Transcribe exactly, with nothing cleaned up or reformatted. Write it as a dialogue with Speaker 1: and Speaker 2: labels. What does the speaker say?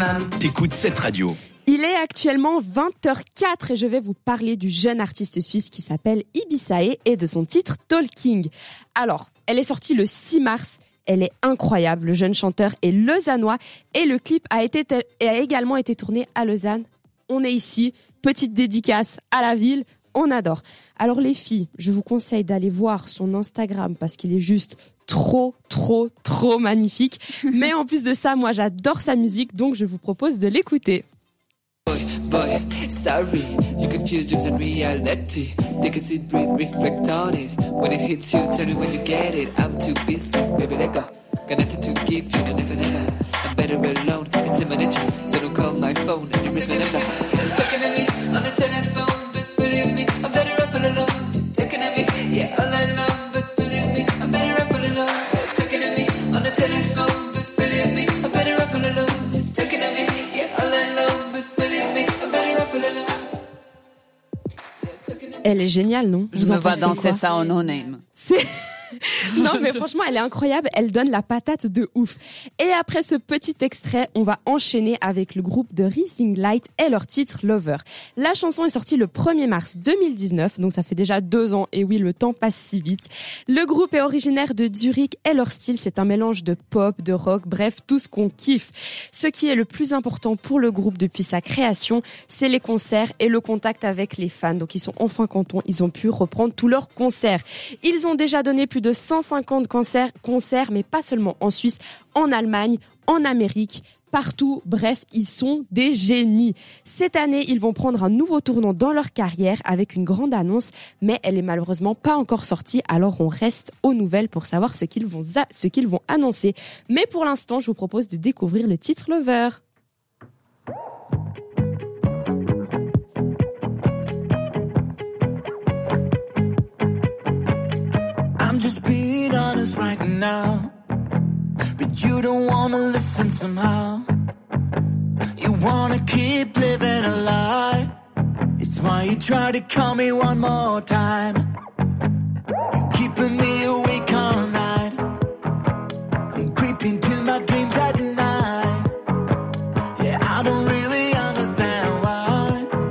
Speaker 1: Maximum.
Speaker 2: T'écoutes cette radio.
Speaker 3: Il est actuellement vingt heures quatre et je vais vous parler du jeune artiste suisse qui s'appelle Ibisae et de son titre Talking. Alors, elle est sortie le six mars. Elle est incroyable. Le jeune chanteur est lausannois et le clip a, été te- a également été tourné à Lausanne. On est ici. Petite dédicace à la ville. On adore. Alors les filles, je vous conseille d'aller voir son Instagram parce qu'il est juste trop, trop, trop magnifique. Mais en plus de ça, moi j'adore sa musique, donc je vous propose de l'écouter.
Speaker 4: Boy, sorry, you confuse dreams and reality. Take a seat, breathe, reflect on it. When it hits you, tell me when you get it. I'm too busy, baby, let go. Got nothing to give you, never, never. I'm better alone, it's in my nature. So don't call my phone and you miss my number. Talking to me on the telephone, but believe me, I'm better off all alone. Talking to me, yeah, all alone, but believe me, I'm better off all alone. Talking to me on the telephone, but believe me, I'm better off all alone. Talking to me, yeah, all alone, but believe me, I'm better off all alone.
Speaker 3: Elle est géniale, non?
Speaker 5: Je me vois danser ça en no-name.
Speaker 3: C'est... Non, mais franchement, elle est incroyable. Elle donne la patate de ouf. Et après ce petit extrait, on va enchaîner avec le groupe de Rising Light et leur titre Lover. La chanson est sortie le premier mars deux mille dix-neuf, donc ça fait déjà deux ans. Et oui, le temps passe si vite. Le groupe est originaire de Zurich et leur style, c'est un mélange de pop, de rock, bref, tout ce qu'on kiffe. Ce qui est le plus important pour le groupe depuis sa création, c'est les concerts et le contact avec les fans. Donc ils sont enfin contents, ils ont pu reprendre tous leurs concerts. Ils ont déjà donné plus de cent cinquante concerts, concerts, mais pas seulement en Suisse, en Allemagne, en Amérique, partout. Bref, ils sont des génies. Cette année, ils vont prendre un nouveau tournant dans leur carrière avec une grande annonce, mais elle est malheureusement pas encore sortie, alors on reste aux nouvelles pour savoir ce qu'ils vont, a- ce qu'ils vont annoncer. Mais pour l'instant, je vous propose de découvrir le titre Lover.
Speaker 6: I'm just being honest right now, but you don't wanna listen somehow. You wanna keep living a lie. It's why you try to call me one more time.